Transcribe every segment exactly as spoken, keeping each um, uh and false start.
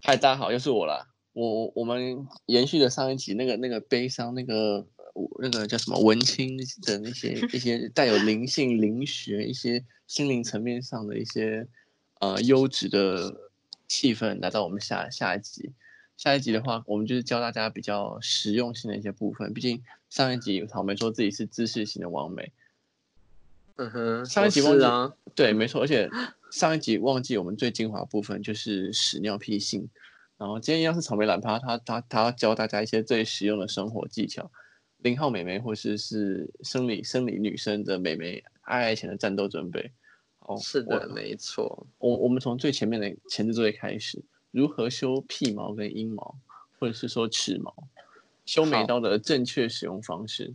嗨，大家好，又是我啦。我我们延续了上一集那个那个悲伤那个那个叫什么文青的那些一些带有灵性、灵学、一些心灵层面上的一些呃优质的气氛，来到我们下下一集。下一集的话，我们就是教大家比较实用性的一些部分。毕竟上一集草莓说自己是知识型的网美， 嗯哼， 上一集忘记、 啊、 对，没错，而且上一集忘记我们最精华的部分就是屎尿屁性。然后今天一样是草莓懒趴，他他他要教大家一些最实用的生活技巧，零号美眉或是是生理生理女生的美眉爱爱前的战斗准备。哦， 是的，没错。 我我们从最前面的前置作业开始，如何修屁毛跟阴毛，或者是说齿毛，修眉刀的正确使用方式。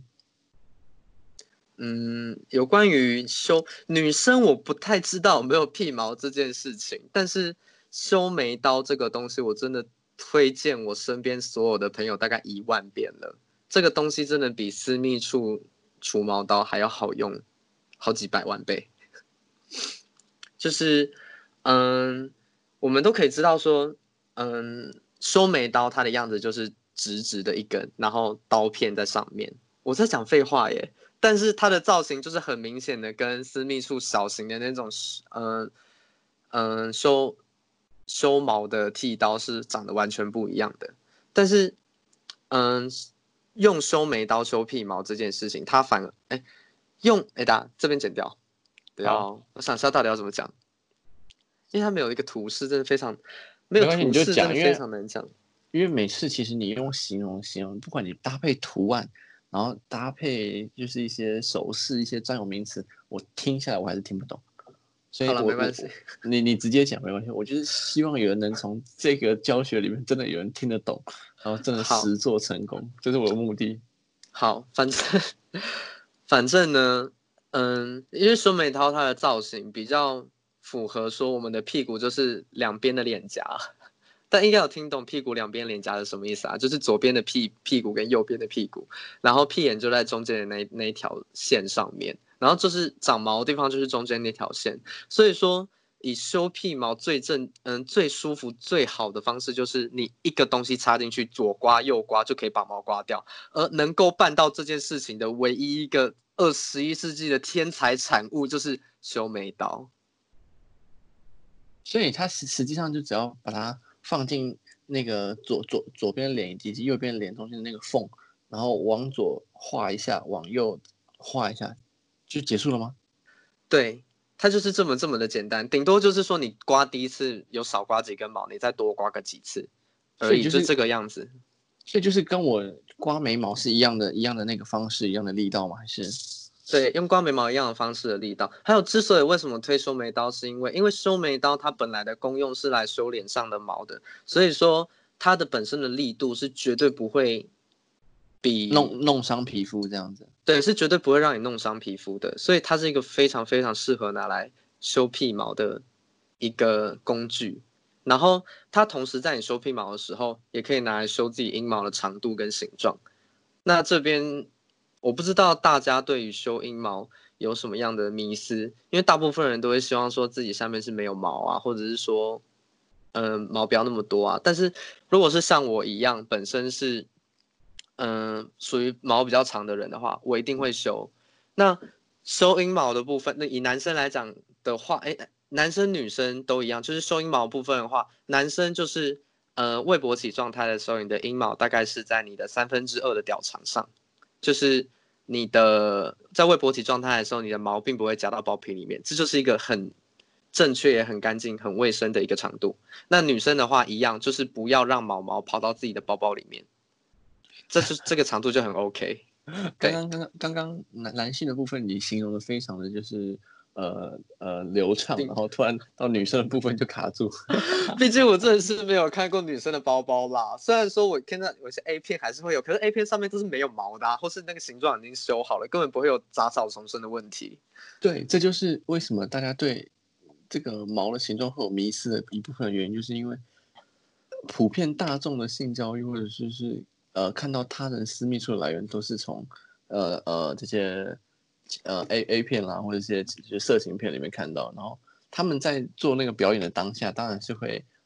嗯，有关于修女生，我不太知道有没有屁毛这件事情，但是修眉刀这个东西，我真的推荐我身边所有的朋友大概一万遍了。这个东西真的比私密处除毛刀还要好用，好几百万倍。就是，嗯，我们都可以知道说，嗯，修眉刀它的样子就是直直的一根，然后刀片在上面。我在讲废话耶。但是它的造型就是很明显的跟私密处小型的那种，嗯嗯修修毛的剃刀是长得完全不一样的。但是，嗯，用修眉刀修屁毛这件事情，它反而哎用哎打这边剪掉，不要，我想一下到底要怎么讲，因为它没有一个图示，真的非常没有图示，真的非常难讲。 因为每次其实你用形容形容，不管你搭配图案。然后搭配就是一些手势、一些专有名词，我听下来我还是听不懂，所以我好了，没关系， 你你直接讲没关系。我就是希望有人能从这个教学里面真的有人听得懂，然后真的实做成功，这是我的目的。 好，反正反正呢，嗯，因为修眉刀它的造型比较符合说我们的屁股就是两边的脸颊。但应该有听懂屁股两边脸颊是什么意思啊？就是左边的屁屁股跟右边的屁股，然后屁眼就在中间的那那一条线上面，然后就是长毛的地方就是中间那条线。所以说，以修屁毛最正嗯最舒服最好的方式就是你一个东西插进去，左刮右刮就可以把毛刮掉。而能够办到这件事情的唯一一个二十一世纪的天才产物就是修眉刀。 所以它实实际上就只要把它放进那个左左左边脸以及右边脸中间的那个缝，然后往左画一下，往右画一下，就结束了吗？ 对，它就是这么这么的简单，顶多就是说你刮第一次有少刮几根毛，你再多刮个几次而已， 就是、 就这个样子。 所以就是跟我刮眉毛是一样的，一样的那个方式，一样的力道吗？还是？ 对，用刮眉毛一样的方式的力道。还有，之所以为什么推修眉刀，是因为因为修眉刀它本来的功用是来修脸上的毛的，所以说它的本身的力度是绝对不会比弄弄伤皮肤这样子。 对，是绝对不会让你弄伤皮肤的，所以它是一个非常非常适合拿来修屁毛的一个工具。然后它同时在你修屁毛的时候，也可以拿来修自己阴毛的长度跟形状。那这边我不知道大家对于修阴毛有什么样的迷思，因为大部分人都会希望说自己下面是没有毛啊，或者是说，嗯、呃，毛不要那么多啊。但是如果是像我一样，本身是嗯属于毛比较长的人的话，我一定会修。那修阴毛的部分，那以男生来讲的话，哎，男生女生都一样，就是修阴毛部分的话，男生就是呃未勃起状态的时候，你的阴毛大概是在你的三分之二的屌长上，就是你的在未勃起状态的时候，你的毛并不会夹到包皮里面，这就是一个很正确也很干净、很卫生的一个长度。那女生的话一样，就是不要让毛毛跑到自己的包包里面，这就这个长度就很 OK。 刚刚刚刚刚刚男男性的部分，你形容的非常的就是呃呃流畅，然后突然到女生的部分就卡住。 毕竟我真的是没有看过女生的包包啦。虽然说我看到有些 A 片还是会有，可是 A 片上面都是没有毛的、啊，或是那个形状已经修好了，根本不会有杂草丛生的问题。 对，这就是为什么大家对这个毛的形状会有迷思的一部分的原因，就是因为普遍大众的性教育或者是是呃看到他人私密处的来源都是从呃呃这些呃 A A 片啦或者这些就色情片里面看到，然后他们在做那个表演的当下，当然是会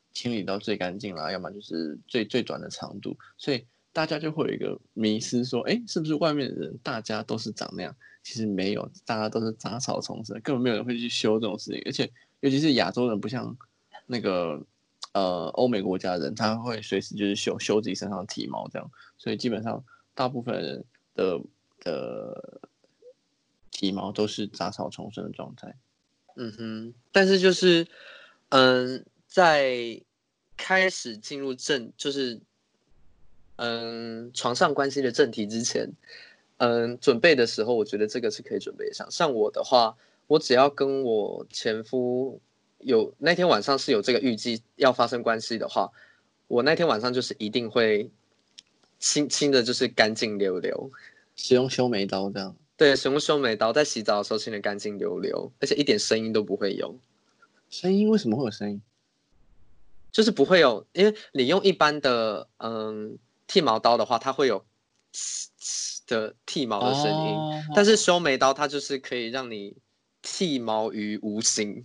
清理到最干净啦，要么就是最最短的长度，所以大家就会有一个迷思说，哎，是不是外面的人大家都是长那样？其实没有，大家都是杂草丛生，根本没有人会去修这种事情，而且尤其是亚洲人，不像那个呃欧美国家的人，他会随时就是修修自己身上的体毛这样，所以基本上大部分人的的体毛都是杂草丛生的状态。 嗯哼，但是就是，嗯，在开始进入正，就是嗯床上关系的正题之前，嗯，准备的时候，我觉得这个是可以准备上。像我的话，我只要跟我前夫有那天晚上是有这个预计要发生关系的话，我那天晚上就是一定会清清的，就是干净溜溜。 使用修眉刀这样。 对，使用修眉刀，在洗澡的时候清的干净溜溜，而且一点声音都不会有。 声音为什么会有声音？ 就是不会有，因为你用一般的嗯剃毛刀的话，它会有呲呲的剃毛的声音， 哦， 但是修眉刀它就是可以让你剃毛于无形。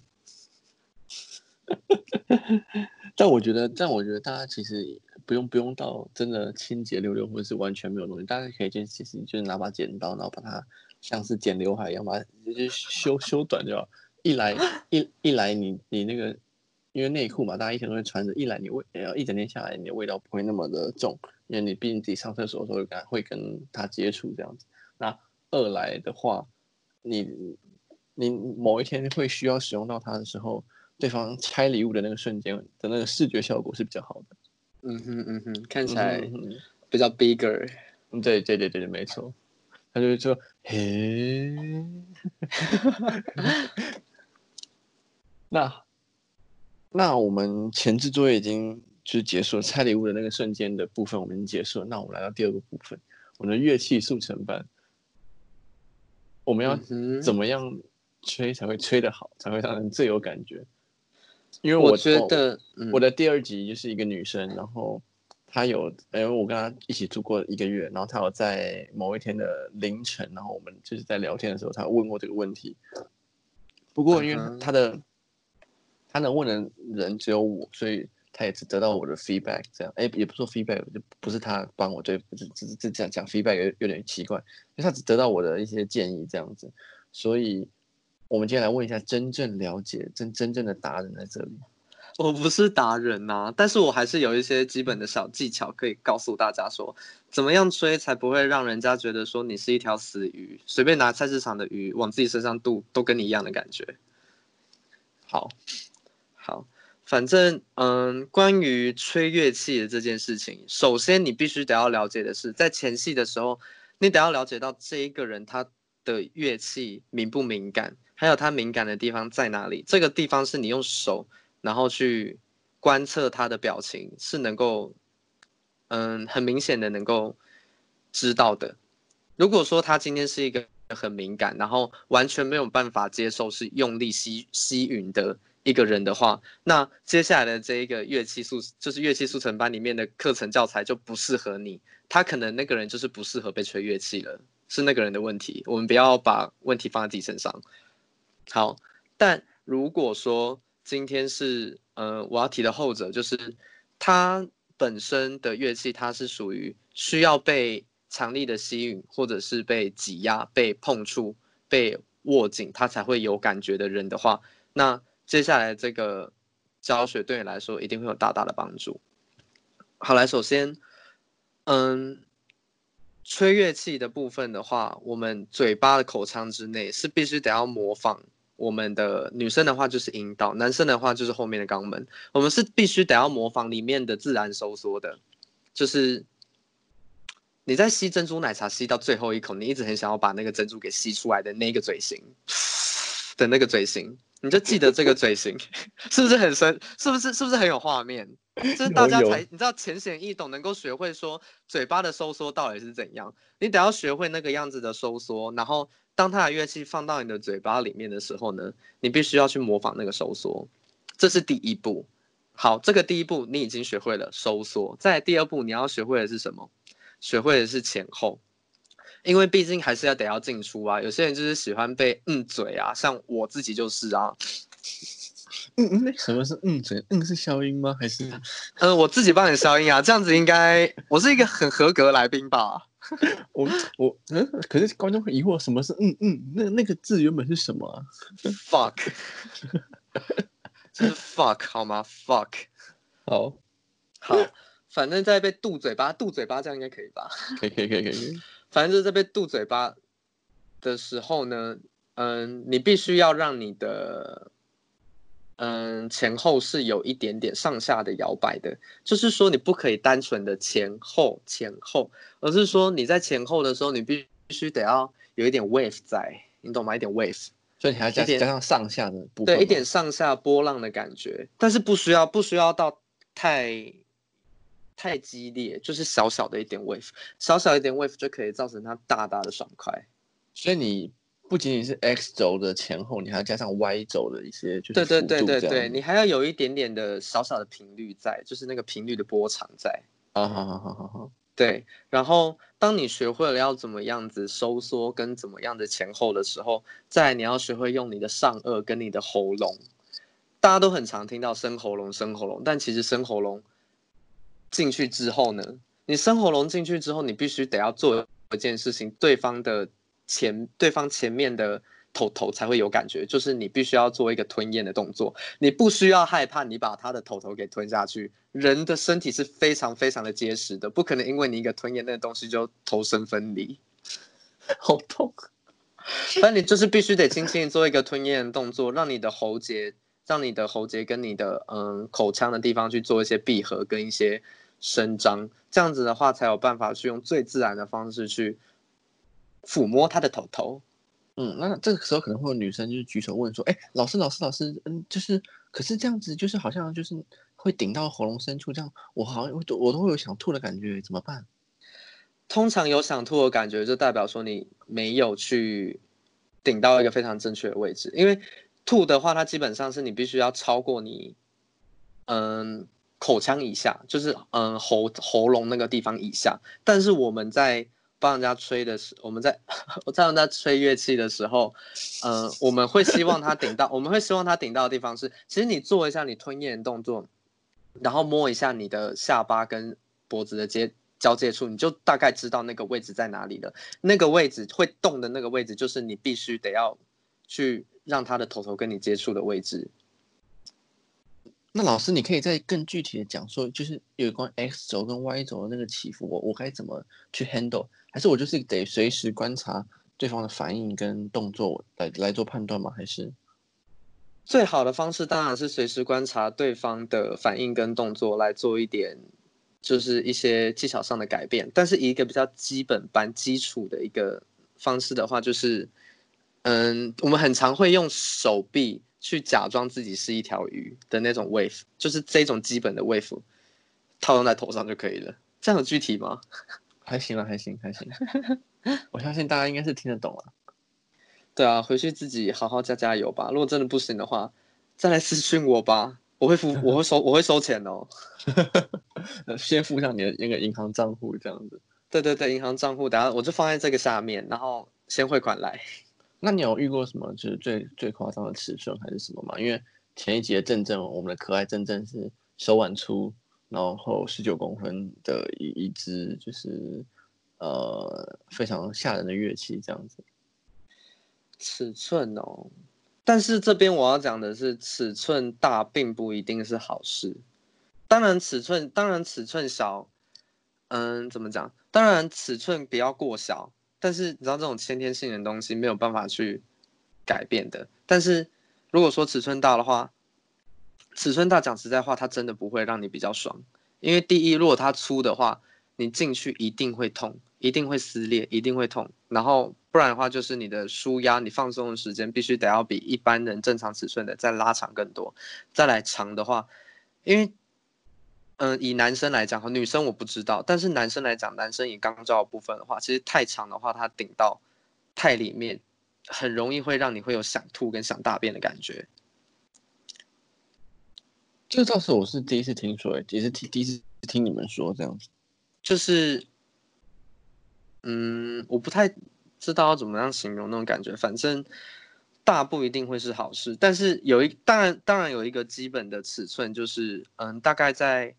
但我觉得，但我觉得大家其实不用不用到真的清洁溜溜，或者是完全没有东西，大家可以就其实就是拿把剪刀，然后把它像是剪刘海一样，把它就是修修短就好。一来一一来你你那个，因为内裤嘛，大家一天都会穿着，一来你味呃一整天下来，你的味道不会那么的重，因为你毕竟自己上厕所的时候会跟会跟它接触这样子。那二来的话，你你某一天会需要使用到它的时候。对方拆礼物的那个瞬间的那个视觉效果是比较好的。 嗯哼嗯哼，看起嗯来哼比较 bigger。 嗯，对对对对对，没错。他就会说，嘿，那那我们前置作业已经就是结束了，拆礼物的那个瞬间的部分我们已经结束了。那我们来到第二个部分，我们的乐器速成班，我们要嗯哼， 怎么样吹才会吹得好，才会让人最有感觉？因为我我我觉得，嗯我的第二集就是一个女生，然后她有，因为我跟她一起住过一个月，然后她有在某一天的凌晨，然后我们就是在聊天的时候，她问过这个问题。不过因为嗯哼， 她的她能问的人只有我，所以她也只得到我的 feedback，这样，哎，也不说 feedback，就不是她帮我，对，只只只讲讲 feedback 有有点奇怪，因为她只得到我的一些建议这样子，所以我们今天来问一下真正了解真真正的达人在这里。 我不是达人呐、但是我还是有一些基本的小技巧可以告诉大家说，怎么样吹才不会让人家觉得说你是一条死鱼，随便拿菜市场的鱼往自己身上渡，都跟你一样的感觉。 好， 好，反正嗯，关于吹乐器的这件事情，首先你必须得要了解的是，在前戏的时候，你得要了解到这一个人他的乐器敏不敏感，还有他敏感的地方在哪里。这个地方是你用手，然后去观测他的表情，是能够嗯很明显的能够知道的。如果说他今天是一个很敏感，然后完全没有办法接受是用力吸吸吮的一个人的话，那接下来的这一个乐器速就是乐器速成班里面的课程教材就不适合你，他可能那个人就是不适合被吹乐器了，是那个人的问题，我们不要把问题放在自己身上。好，但如果说今天是呃我要提的后者，就是他本身的乐器它是属于需要被强力的吸吮，或者是被挤压、被碰触、被握紧，他才会有感觉的人的话，那接下来这个教学对你来说一定会有大大的帮助。好来，首先，嗯，吹乐器的部分的话，我们嘴巴的口腔之内是必须得要模仿我们的女生的话就是阴道，男生的话就是后面的肛门，我们是必须得要模仿里面的自然收缩的，就是你在吸珍珠奶茶吸到最后一口，你一直很想要把那个珍珠给吸出来的那个嘴型的那个嘴型，你就记得这个嘴型，是不是很深？是不是是不是很有画面？就是大家才你知道浅显易懂，能够学会说嘴巴的收缩到底是怎样。你得要学会那个样子的收缩，然后当它的乐器放到你的嘴巴里面的时候呢，你必须要去模仿那个收缩，这是第一步。好，这个第一步你已经学会了收缩，在第二步你要学会的是什么？学会的是前后。因为毕竟还是要得要进出啊，有些人就是喜欢被嗯嘴啊，像我自己就是啊， 嗯嗯，那什么是嗯嘴？嗯是消音吗？还是嗯，我自己帮你消音啊，这样子应该我是一个很合格的来宾吧我我嗯？可是观众会疑惑，什么是嗯嗯？那那个字原本是什么啊？ ？Fuck，就是 fuck 好吗？Fuck。 好， 好，反正在被嘟嘴巴，嘟嘴巴这样应该可以吧？ 可以可以可以可以可以。 反正就是在被嘟嘴巴的时候呢，嗯，你必须要让你的嗯前后是有一点点上下的摇摆的，就是说你不可以单纯的前后前后，而是说你在前后的时候，你必须得要有一点 wave 在，你懂吗？一点 wave， 所以你还要加一点加上上下的部对， 分吗？ 一点上下波浪的感觉，但是不需要不需要到太太激烈，就是小小的一点 wave，小小一点 wave 就可以造成它大大的爽快。 所以你不仅仅是 X 轴的前后，你还要加上 Y 轴的一些就是对对幅对对对， 度这样子。 你还要有一点点的小小的频率在，就是那个频率的波长在。 啊，好好好好好。 对，然后当你学会了要怎么样子收缩跟怎么样的前后的时候，再来你要学会用你的上颚跟你的喉咙。大家都很常听到深喉咙、深喉咙，但其实深喉咙进去之后呢，你深喉咙进去之后，你必须得要做一件事情，对方的前对方前面的头头才会有感觉，就是你必须要做一个吞咽的动作，你不需要害怕你把他的头头给吞下去，人的身体是非常非常的结实的，不可能因为你一个吞咽那个东西就头身分离， 好痛。 但你就是必须得轻轻做一个吞咽的动作，让你的喉结。让你的喉结跟你的嗯口腔的地方去做一些闭合跟一些伸张，这样子的话才有办法去用最自然的方式去抚摸他的头头。 嗯，那这个时候可能会有女生就是举手问说：“哎、老师老师老师，嗯，就是可是这样子就是好像就是会顶到喉咙深处，这样我好像我都我都会有想吐的感觉，怎么办？” 通常有想吐的感觉，就代表说你没有去顶到一个非常正确的位置，因为吐的话，它基本上是你必须要超过你嗯口腔以下，就是嗯喉喉咙那个地方以下。但是我们在帮人家吹的时，我们在我在人家吹乐器的时候，嗯，我们会希望他顶到，我们会希望他顶到的地方是，其实你做一下你吞咽的动作，然后摸一下你的下巴跟脖子的接交界处，你就大概知道那个位置在哪里了。那个位置会动的那个位置，就是你必须得要去让他的头头跟你接触的位置。 那老师，你可以再更具体的讲说，就是有关 X 轴跟 Y 轴的那个起伏，我我该怎么去 handle？还是我就是得随时观察对方的反应跟动作来来做判断吗？还是最好的方式当然是随时观察对方的反应跟动作，来做一点就是一些技巧上的改变。但是以一个比较基本班基础的一个方式的话，就是嗯，我们很常会用手臂去假装自己是一条鱼的那种 wave，就是这种基本的 wave 套用在头上就可以了。这样有具体吗？ 还行了，还行还行。我相信大家应该是听得懂了。 对啊，回去自己好好加加油吧。如果真的不行的话，再来私讯我吧，我会付，我会收，我会收钱哦。 先附上你的那个银行账户这样子。 对对对，银行账户，等下我就放在这个下面，然后先汇款来。 那你有遇过什么就是最最夸张的尺寸还是什么吗？因为前一集的正正，我们的可爱正正是手腕粗，然后十九公分的一一支，就是呃非常吓人的乐器这样子。 尺寸哦，但是这边我要讲的是，尺寸大并不一定是好事。当然尺寸，当然尺寸小，嗯，怎么讲？当然尺寸不要过小，但是你知道这种先天性的东西没有办法去改变的。但是如果说尺寸大的话，尺寸大讲实在话，它真的不会让你比较爽，因为第一，如果它粗的话，你进去一定会痛，一定会撕裂，一定会痛。然后不然的话，就是你的舒压、你放松的时间必须得要比一般人正常尺寸的再拉长更多。再来长的话，因为嗯、呃，以男生来讲，女生我不知道，但是男生来讲，男生以肛交的部分的话，其实太长的话，它顶到太里面，很容易会让你会有想吐跟想大便的感觉。 这个倒是我是第一次听说，哎，也是第第一次听你们说这样子。 就是嗯，我不太知道要怎么样形容那种感觉，反正大不一定会是好事，但是有一当然当然有一个基本的尺寸，就是嗯，大概在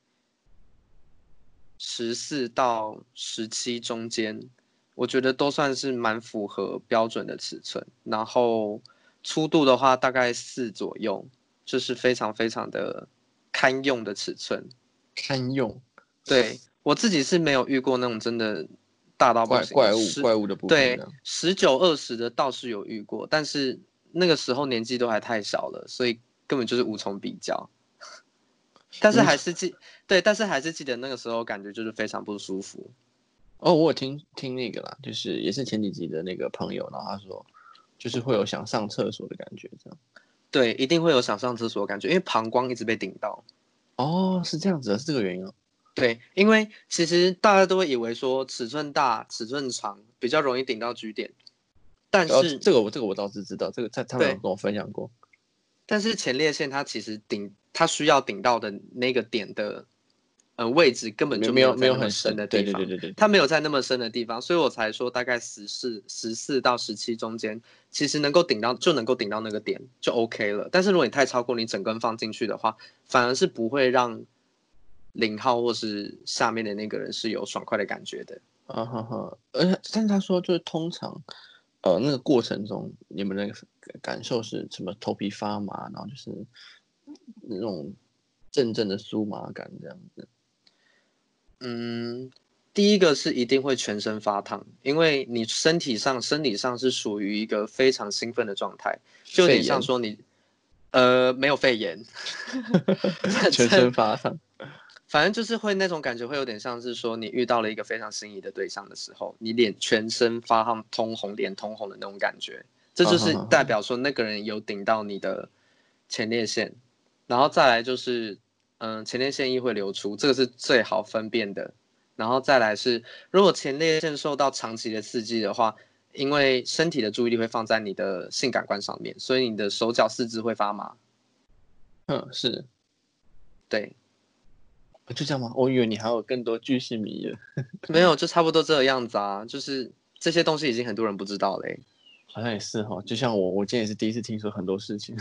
十四到十七中间，我觉得都算是蛮符合标准的尺寸。然后粗度的话，大概四左右，就是非常非常的堪用的尺寸。 堪用。 对，我自己是没有遇过那种真的大到不怪行的， 怪物十怪物的部分这对样。 十九二十的倒是有遇过，但是那个时候年纪都还太小了，所以根本就是无从比较。但是还是记对，但是还是记得那个时候感觉就是非常不舒服。 哦，我有听听那个啦，就是也是前几集的那个朋友，然后他说，就是会有想上厕所的感觉，这样。 对，一定会有想上厕所的感觉，因为膀胱一直被顶到。 哦，是这样子的，是这个原因哦。 对，因为其实大家都会以为说尺寸大、尺寸长比较容易顶到 G 点，但然后是这个我这个我倒是知道，这个他他们有对， 跟我分享过。 但是前列腺它其实顶，它需要顶到的那个点的，呃位置根本就没没没有没有在那么有很深，对深的地方， 对对对对。 它没有在那么深的地方，所以我才说大概十四、十四到十七中间，其实能够顶到就能够顶到那个点就 OK 了。但是如果你太超过你整根放进去的话，反而是不会让零号或是下面的那个人是有爽快的感觉的。 啊哈哈，而且但是他说就是通常，呃，那个过程中你们那个感受是什么？头皮发麻，然后就是那种阵阵的酥麻感这样子。 嗯，第一个是一定会全身发烫，因为你身体上、生理上是属于一个非常兴奋的状态，就有点像肺炎。 说你，呃，没有肺炎，反全正身发烫。 反正就是会那种感觉，会有点像是说你遇到了一个非常心仪的对象的时候，你脸全身发烫、通红、脸通红的那种感觉，这啊就是代哈哈哈。 表说那个人有顶到你的前列腺，然后再来就是，嗯，前列腺液会流出，这个是最好分辨的。然后再来是，如果前列腺受到长期的刺激的话，因为身体的注意力会放在你的性感官上面，所以你的手脚四肢会发麻。 嗯，是。 对， 就这样吗？我以为你还有更多巨细迷的。 没有，就差不多这个样子啊，就是这些东西已经很多人不知道嘞。 好像也是哈，就像我，我今天也是第一次听说很多事情。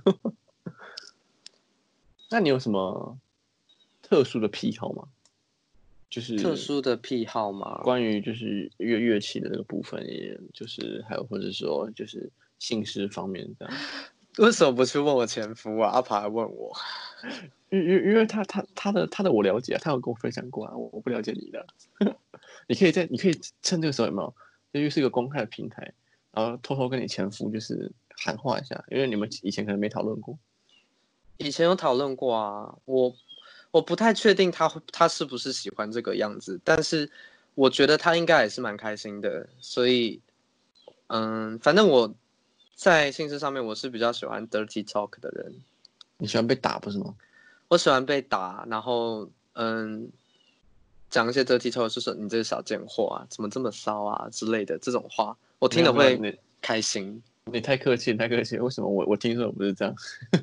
那你有什么特殊的癖好吗？就是特殊的癖好吗？ 关于就是乐乐器的这个部分，也就是还有或者说就是姓氏方面这样。 为什么不去问我前夫啊？阿爬还问我。 因因因为他他他的他的我了解啊，他有跟我分享过啊，我我不了解你的。你可以在你可以趁这个时候有没有，这就是一个公开的平台，然后偷偷跟你前夫就是喊话一下，因为你们以前可能没讨论过。 以前有讨论过啊，我我不太确定他他是不是喜欢这个样子，但是我觉得他应该也是蛮开心的，所以嗯，反正我在姓氏上面我是比较喜欢 dirty talk 的人， 你喜欢被打不是吗？ 我喜欢被打，然后嗯讲一些 dirty talk，就说你这个小贱货啊，怎么这么骚啊之类的这种话，我没有没有， 听了会你开心。 你太客气，你太客气。为什么我我听说我不是这样？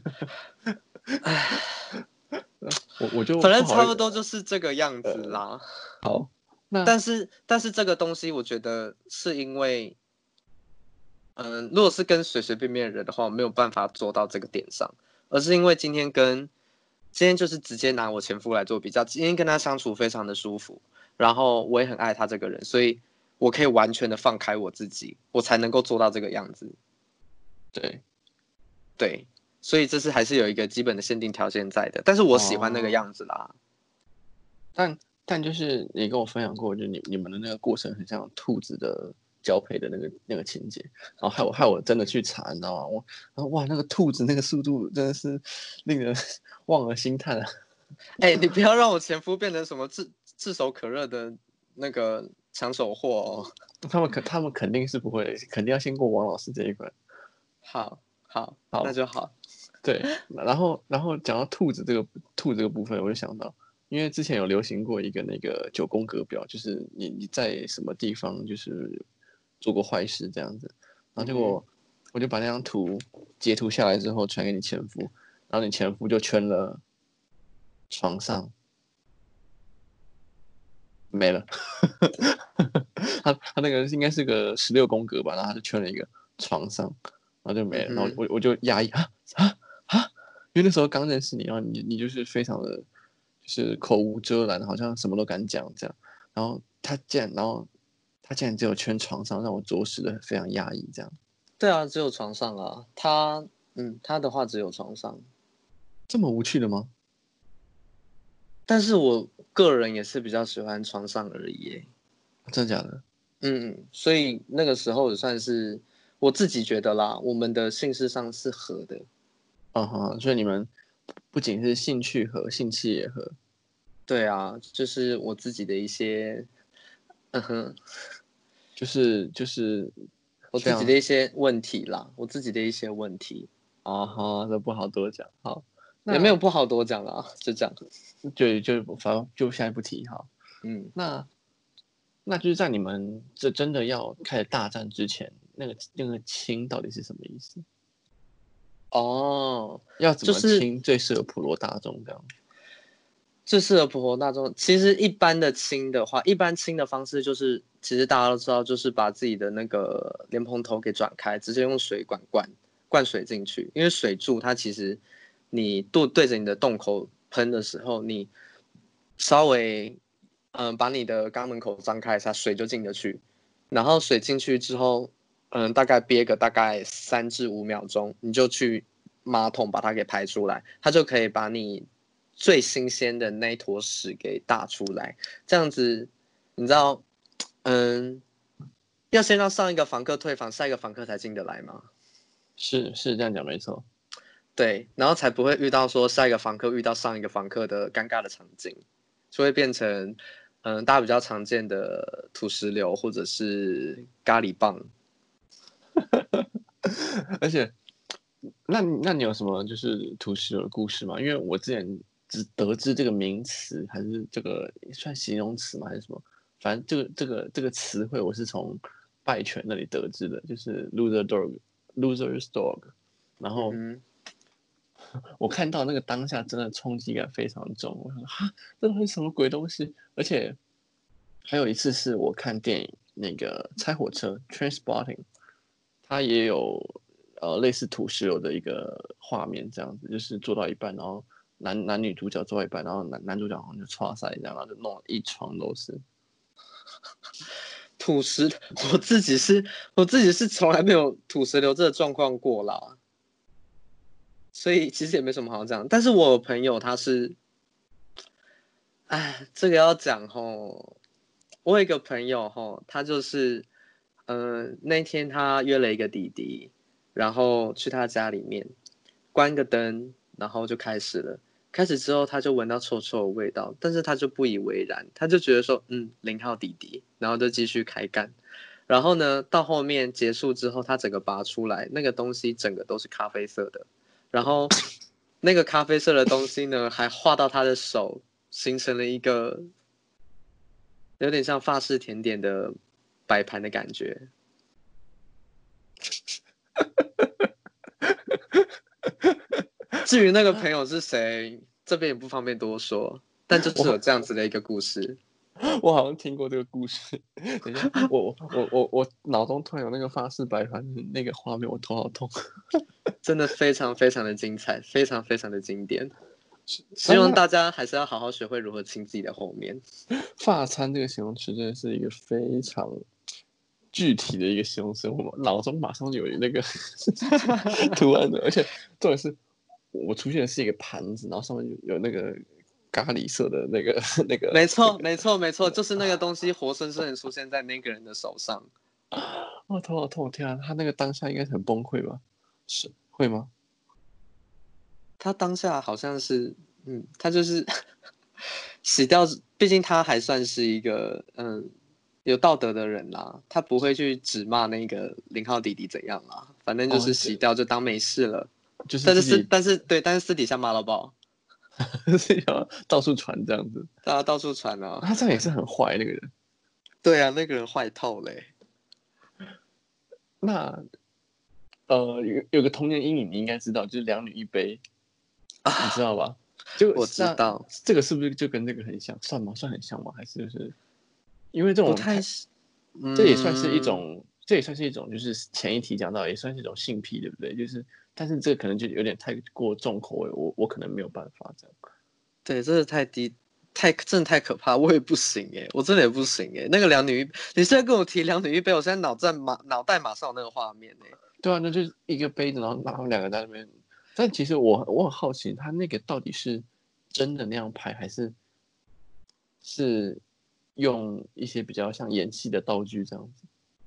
我我就反正不好意思。 差不多就是这个样子啦。 好，那但是但是这个东西，我觉得是因为，嗯，如果是跟随随便便的人的话，我没有办法做到这个点上，而是因为今天跟今天就是直接拿我前夫来做比较，今天跟他相处非常的舒服，然后我也很爱他这个人，所以我可以完全的放开我自己，我才能够做到这个样子。 对。 对，所以这是还是有一个基本的限定条件在的，但是我喜欢那个哦， 样子啦。 但但就是你跟我分享过，就你你们的那个过程很像兔子的交配的那个那个情节，然后害我害我真的去查，你知道吗？我然后哇，那个兔子那个速度真的是令人望而兴叹啊！ 哎、欸，你不要让我前夫变成什么炙炙手可热的那个抢手货哦。 他们肯他们肯定是不会，肯定要先过王老师这一关。 好，好，那好。 就好。 对，然后然后讲到兔子这个兔这个部分，我就想到，因为之前有流行过一个那个九宫格表，就是你你在什么地方就是做过坏事这样子，然后结果我就把那张图截图下来之后传给你前夫，然后你前夫就圈了床上没了。他他那个应该是个十六宫格吧，然后他就圈了一个床上， 然后就没了， 嗯然后我我就压抑啊啊啊，因为那时候刚认识你，然后你你就是非常的，就是口无遮拦，好像什么都敢讲这样，然后他竟然，然后他竟然只有圈床上，让我着实的非常压抑这样。 对啊，只有床上啊，他嗯，他的话只有床上， 这么无趣的吗？ 但是我个人也是比较喜欢床上而已耶。 真的假的？ 嗯，所以那个时候也算是我自己觉得啦，我们的姓氏上是合的。 嗯哼，所以你们不仅是兴趣合，性气也合。 对啊，就是我自己的一些，嗯哼， 就是就是我自己的非常一些问题啦，我自己的一些问题， 啊哈，这不好多讲。好，那也没有不好多讲啦，就这样。 就就反正就现在不提哈。 嗯， 那那就是在你们这真的要开始大战之前，那个那个亲到底是什么意思？ 哦， 要怎么就是亲最适合普罗大众这样？ 最适合普罗大众。其实一般的清的话，一般清的方式就是，其实大家都知道，就是把自己的那个莲蓬头给转开，直接用水管灌灌水进去。因为水柱它其实你对对着你的洞口喷的时候，你稍微嗯、呃把你的肛门口张开一下，水就进得去。然后水进去之后，嗯，大概憋个大概三至五秒钟，你就去马桶把它给排出来，它就可以把你最新鲜的那一坨屎给打出来。这样子，你知道，嗯，要先让上一个房客退房，下一个房客才进得来吗？ 是是这样讲没错。 对，然后才不会遇到说下一个房客遇到上一个房客的尴尬的场景，就会变成嗯大家比较常见的土石流或者是咖喱棒。 而且，那你那你有什么就是土石流的故事吗？因为我之前只得知这个名词，还是这个算形容词吗？还是什么？反正这个这个这个词汇，我是从拜犬那里得知的，就是 loser dog，loser's dog。然后嗯哼， 我看到那个当下，真的冲击感非常重。我说哈，这是什么鬼东西？而且还有一次是我看电影那个拆火车 Trainspotting，它也有呃类似土石流的一个画面，这样子就是做到一半，然后男男女主角做到一半，然后男男主角好像就唰塞这样，然后就弄了一床都是。 土石，我自己是我自己是从来没有土石流这个状况过啦，所以其实也没什么好讲。但是我有朋友他是，哎，这个要讲吼，我有一个朋友吼，他就是，嗯、呃，那天他约了一个弟弟，然后去他家里面关个灯，然后就开始了。开始之后，他就闻到臭臭的味道，但是他就不以为然，他就觉得说，嗯，零号弟弟，然后就继续开干。然后呢，到后面结束之后，他整个拔出来，那个东西整个都是咖啡色的，然后那个咖啡色的东西呢，还画到他的手，形成了一个有点像法式甜点的摆盘的感觉。至于那个朋友是谁，这边也不方便多说，但就是有我这样子的一个故事。 我好像听过这个故事。等一下，我我我我脑中突然有那个法式白盘的那个画面，我头好痛。 真的非常非常的精彩，非常非常的经典。希那那望大家还是要好好学会如何亲自己的后面。 法餐这个形容词真的是一个非常具体的一个形容词，我脑中马上就有那个图案的，而且重点是我出现的是一个盘子，然后上面有有那个咖喱色的那个那个没错，没错，没错，就是那个东西活生生的出现在那个人的手上。 哦，头好痛！天啊，他那个当下应该很崩溃吧？是会吗？ 他当下好像是，嗯，他就是洗掉，毕竟他还算是一个嗯有道德的人啦，他不会去指骂那个零号弟弟怎样啦，反正就哦， 是洗掉就当没事了。但是私， 就是自己但是对，但是私底下骂到爆， 是要到处传这样子， 大家到处传啊。 他这样也是很坏那个人。 对啊，那个人坏透嘞、 那呃，有有个童年阴影，你应该知道，就是两女一杯，你知道吧？就我知那道， 这个是不是就跟这个很像？算吗？算很像吗？还是就是因为这不太， 种太，这也算是一嗯， 种这也算是一种，就是前一题讲到，也算是一种性癖，对不对？就是，但是这可能就有点太过重口味，我我可能没有办法这样。 对，真的太低，太真的太可怕，我也不行哎，我真的也不行哎。那个两女一，你现在跟我提两女一杯，我现在脑在马脑袋马上有那个画面哎。 对啊，那就是一个杯子，然后然后他们两个在那边。但其实我我很好奇，他那个到底是真的那样拍，还是是用一些比较像演戏的道具这样子？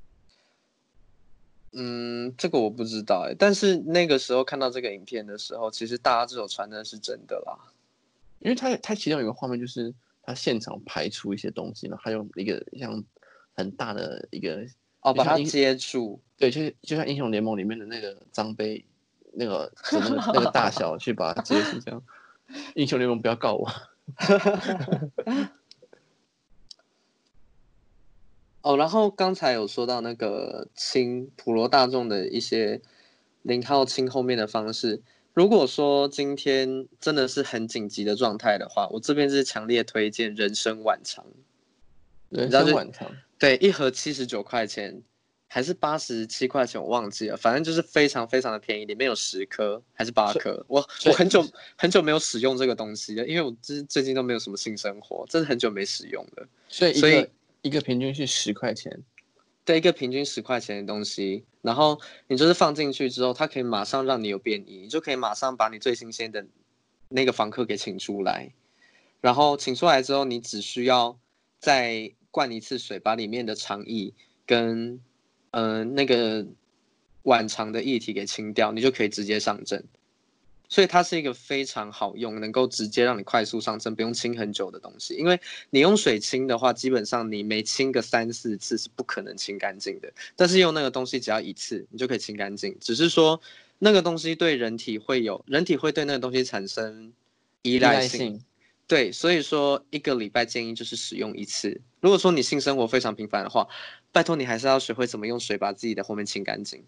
嗯，这个我不知道哎，但是那个时候看到这个影片的时候，其实大家这种传的是真的啦。 因为他他其中有一个画面，就是他现场排出一些东西，然后他用一个像很大的一个哦，把它接住。 对，就是就像英雄联盟里面的那个脏杯，那个的那个那个大小去把它接住，这样。英雄联盟不要告我。 哦，然后刚才有说到那个清普罗大众的一些零号清后面的方式。如果说今天真的是很紧急的状态的话，我这边是强烈推荐人参晚肠。 人你知道就参晚肠， 对，一盒七十九块钱，还是八十七块钱，我忘记了，反正就是非常非常的便宜，里面有十颗还是八颗。我我很久很久没有使用这个东西了，因为我最最近都没有什么性生活，真的很久没使用了。 所以一所以个一个平均是十块钱。 对，一个平均十块钱的东西，然后你就是放进去之后，它可以马上让你有便意，你就可以马上把你最新鲜的那个房客给请出来，然后请出来之后，你只需要再灌一次水，把里面的肠液跟嗯、呃、那个晚肠的液体给清掉，你就可以直接上阵。所以它是一个非常好用，能够直接让你快速上阵，不用清很久的东西。因为你用水清的话，基本上你每清个三四次是不可能清干净的。但是用那个东西，只要一次你就可以清干净。只是说那个东西对人体会有，人体会对那个东西产生依赖性。 依赖性对，所以说一个礼拜建议就是使用一次。如果说你性生活非常频繁的话，拜托你还是要学会怎么用水把自己的后面清干净。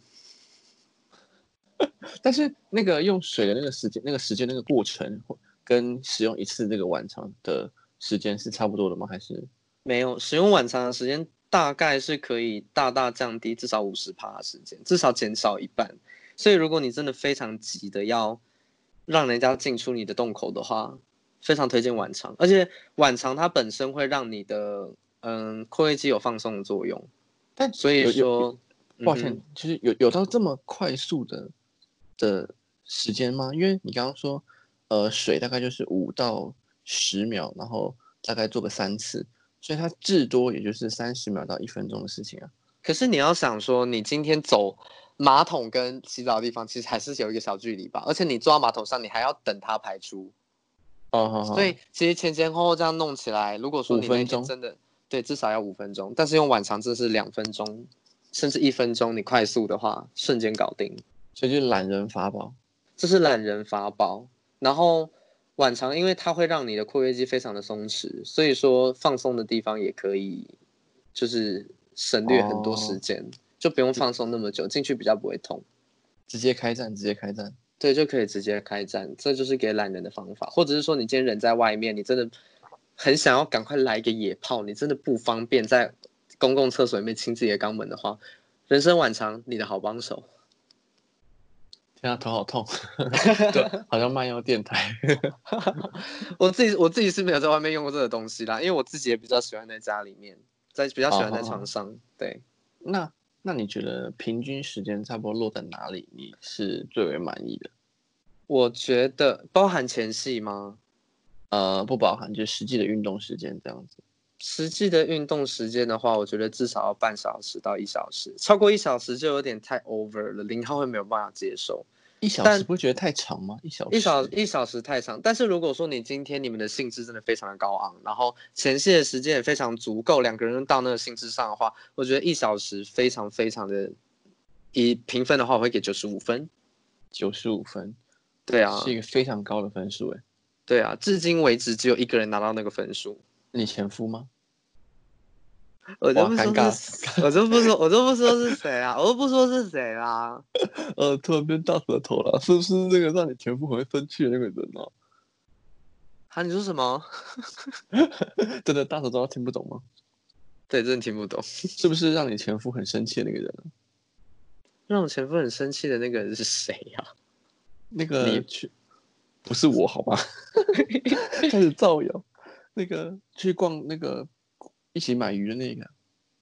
但是那个用水的那个时间、那个时间、那个过程，跟使用一次这个晚肠的时间是差不多的吗？还是没有，使用晚餐的时间大概是可以大大降低至少五十趴的时间，至少减少一半。所以如果你真的非常急的要让人家进出你的洞口的话，非常推荐晚肠。而且晚肠它本身会让你的嗯括约肌有放松的作用， 但所以有有说， 抱歉， 嗯哼， 其实有有到这么快速的的时间吗？因为你刚刚说，呃，水大概就是五到十秒，然后大概做个三次，所以它至多也就是三十秒到一分钟的事情啊。 可是你要想说，你今天走马桶跟洗澡的地方，其实还是有一个小距离吧，而且你坐到马桶上，你还要等它排出。 哦，好好， 所以其实前前后后这样弄起来，如果说你那五分钟， 天真的对，至少要五分钟，但是用晚肠这是两分钟，甚至一分钟，你快速的话瞬间搞定， 所以就是懒人法宝。 这是懒人法宝。然后晚肠因为它会让你的括约肌非常的松弛，所以说放松的地方也可以就是省略很多时哦， 间，就不用放松那么久，进去比较不会痛。 直接开战，直接开战。 对，就可以直接开战，这就是给懒人的方法，或者是说你今天人在外面，你真的很想要赶快来一个野炮，你真的不方便在公共厕所里面清自己的肛门的话，人生晚长，你的好帮手。 现在头好痛，对，好像卖药电台。 我自己我自己是没有在外面用过这个东西啦，因为我自己也比较喜欢在家里面，在比较喜欢在好好好， 床上。对， 那那你觉得平均时间差不多落在哪里？你是最为满意的？ 我觉得包含前戏吗？ 呃，不包含就是实际的运动时间这样子。 实际的运动时间的话，我觉得至少要半小时到一小时，超过一小时就有点太 over 了，零号会没有办法接受。 一小时但不会觉得太长吗？一小一小时， 一小时太长，但是如果说你今天你们的兴致真的非常的高昂，然后前戏的时间也非常足够，两个人到那个兴致上的话，我觉得一小时非常非常的，以评分的话，我会给九十五分。 九十五分， 对啊， 是一个非常高的分数诶。 对啊，至今为止只有一个人拿到那个分数。 你前夫吗？ 我就哇， 不说尴尬。 是，我就不说，我就不说是谁啊，我就不说是谁啦。 呃，突然变大舌头了，是不是那个让你前夫很会生气的那个人啊？ 哈，你说什么？ 真的大舌头听不懂吗？ 对，真的听不懂。 是不是让你前夫很生气的那个人？ 让我前夫很生气的那个人是谁呀、啊？ 那个去不是我好吗？开始造谣。那个去逛那个一起买鱼的那个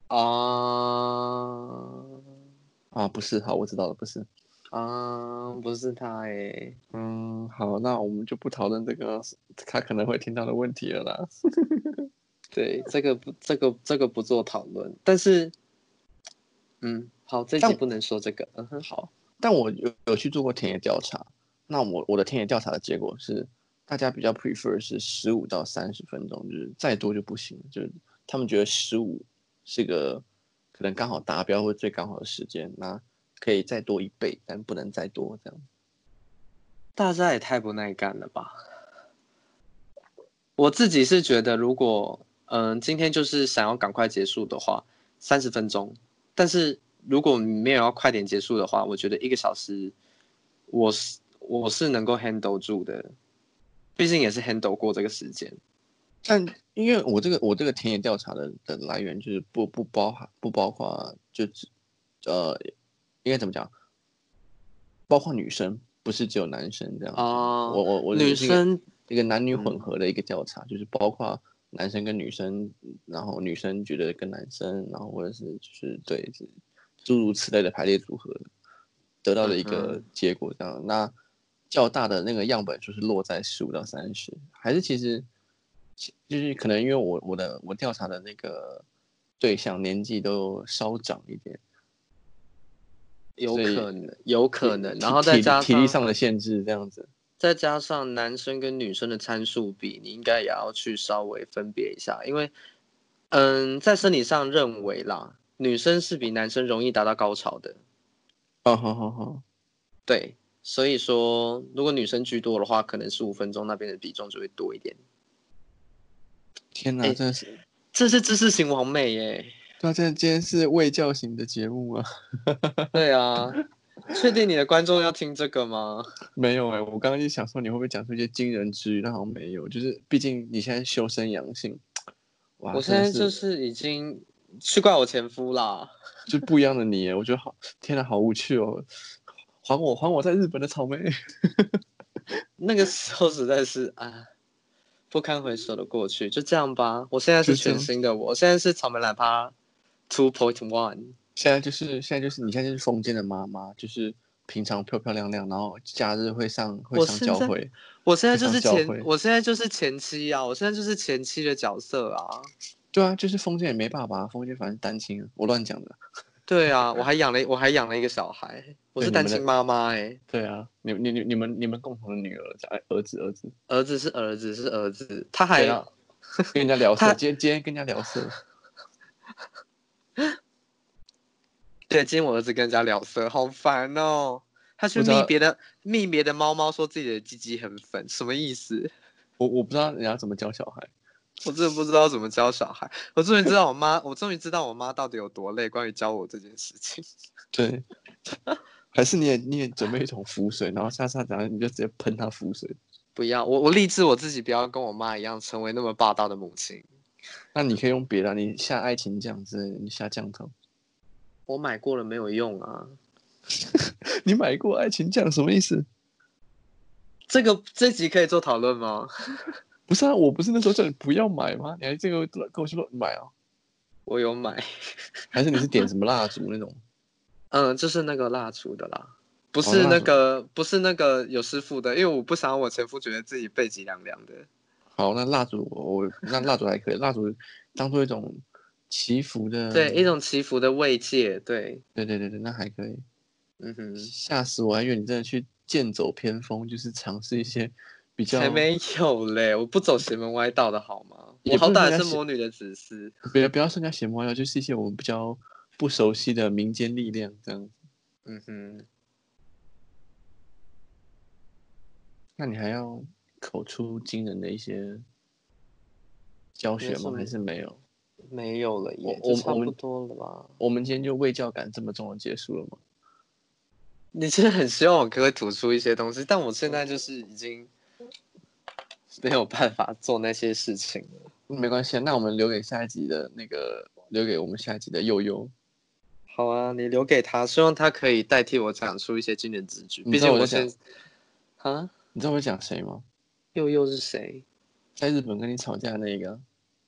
啊啊，不是，好，我知道了，不是。 啊，不是他哎。 嗯，好，那我们就不讨论这个他可能会听到的问题了啦。 对，这个不，这个这个不做讨论。但是，嗯，好，这集但不能说这个。嗯哼， 好，但我有有去做过田野调查。那我我的田野调查的结果是，大家比较 prefer 是十五到三十分钟，就是再多就不行，就是他们觉得十五是个可能刚好达标或最刚好的时间，那可以再多一倍，但不能再多这样。 大家也太不耐干了吧！我自己是觉得，如果嗯今天就是想要赶快结束的话，三十分钟。但是如果你没有要快点结束的话，我觉得一个小时，我是我是能够 handle 住的，毕竟也是 handle 过这个时间。 但因为我这个我这个田野调查的的来源就是不不包含不包括就只呃应该怎么讲，包括女生，不是只有男生这样子。 啊、 我我我女是一个生一个男女混合的一个调查，就是包括男生跟女生，然后女生觉得跟男生，然后或者是就是对是诸如此类的排列组合得到的一个嗯结果这样。那较大的那个样本就是落在十五到三十，还是其实就是可能因为我我的我调查的那个对象年纪都稍长一点， 有所以可能，有可能，然体后再体力体力加上上的限制这样子。 再加上男生跟女生的参数比，你应该也要去稍微分别一下，因为，嗯，在生理上认为啦，女生是比男生容易达到高潮的， 哦，好好好， 对，所以说如果女生居多的话，可能十五分钟那边的比重就会多一点。 天哪， 哎， 真的是， 这是知识型完美耶。 对啊，这今天是卫教型的节目啊。 对啊，确定你的观众要听这个吗？ 没有哎、我刚刚就想说你会不会讲出一些惊人之语，但好像没有，就是毕竟你现在修身养性，哇， 我现在就真的是是已经去怪我前夫啦。 就不一样的你耶，我觉得好，天哪，好无趣哦，还我还我在日本的草莓。 那个时候实在是啊，不堪回首的过去，就这样吧。我现在是全就这样。 新的我，我现在是草莓奶趴 two point one。 现在就是现在就是你现在就是封建的妈妈，就是平常漂漂亮亮，然后假日会上会上我现在， 教会， 我现在就会上是前， 教会。 我现在就是前妻啊，我现在就是前妻的角色啊。 对啊，就是封建也没爸爸，封建反正单亲啊，我乱讲的。 对啊，我还养了，我还养了一个小孩，我对你们的， 是单亲妈妈哎。 对啊，你你你你们你们共同的女儿，哎，儿子儿子。 儿子是儿子是儿子，他对， 还然后跟人家聊色， 他今天今天跟人家聊色。 对，今天我儿子跟人家聊色，好烦哦。他去不知道密别的密别的猫猫，说自己的鸡鸡很粉，什么意思？ 我我不知道人家怎么教小孩。 我真的不知道怎么教小孩。我终于知道我妈，我终于知道我妈到底有多累，关于教我这件事情。 对，还是你也你也准备一桶符水，然后下次他等下你就直接喷他符水。 不要，我我立志我自己不要跟我妈一样成为那么霸道的母亲。 那你可以用别的啊，你下爱情酱之类的，你下降头。 我买过了没有用啊。 你买过爱情酱什么意思？ 这个这集可以做讨论吗？ 不是啊，我不是那时候叫你不要买吗？你还这个跟我说买啊？ 我有买。 还是你是点什么蜡烛那种？ 嗯，就是那个蜡烛的啦，不哦， 是蜡烛。 那个，不是那个有师傅的，因为我不想让我前夫觉得自己背脊凉凉的。 好，那蜡烛我我那蜡烛还可以，蜡烛当做一种祈福的。 对，一种祈福的慰藉。对， 对对对对，那还可以。 嗯哼， 吓死我，还以为你真的去剑走偏锋，就是尝试一些比较， 才没有嘞，我不走邪门歪道的好吗？我也不好歹能说人家邪， 是魔女的子嗣。 不要不要说人家邪魔妖，就是一些我们比较不熟悉的民间力量这样子。 嗯哼， 那你还要口出惊人的一些教学吗？还是没有？ 没有了我耶，就差不我我们多了吧？ 我们今天就卫教感这么重的结束了吗？ 你真的很希望我可以吐出一些东西，但我现在就是已经没有办法做那些事情了。 没关系，那我们留给下一集的那个留给我们下一集的佑佑。 好啊，你留给他，希望他可以代替我讲出一些经典字句。毕竟我现啊， 你知道我在讲谁吗？ 佑佑是谁？ 在日本跟你吵架的那个。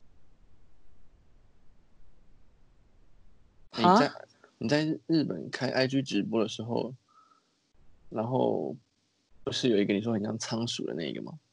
你在你在日本开 I G 直播的时候，然后不是有一个你说很像仓鼠的那个吗？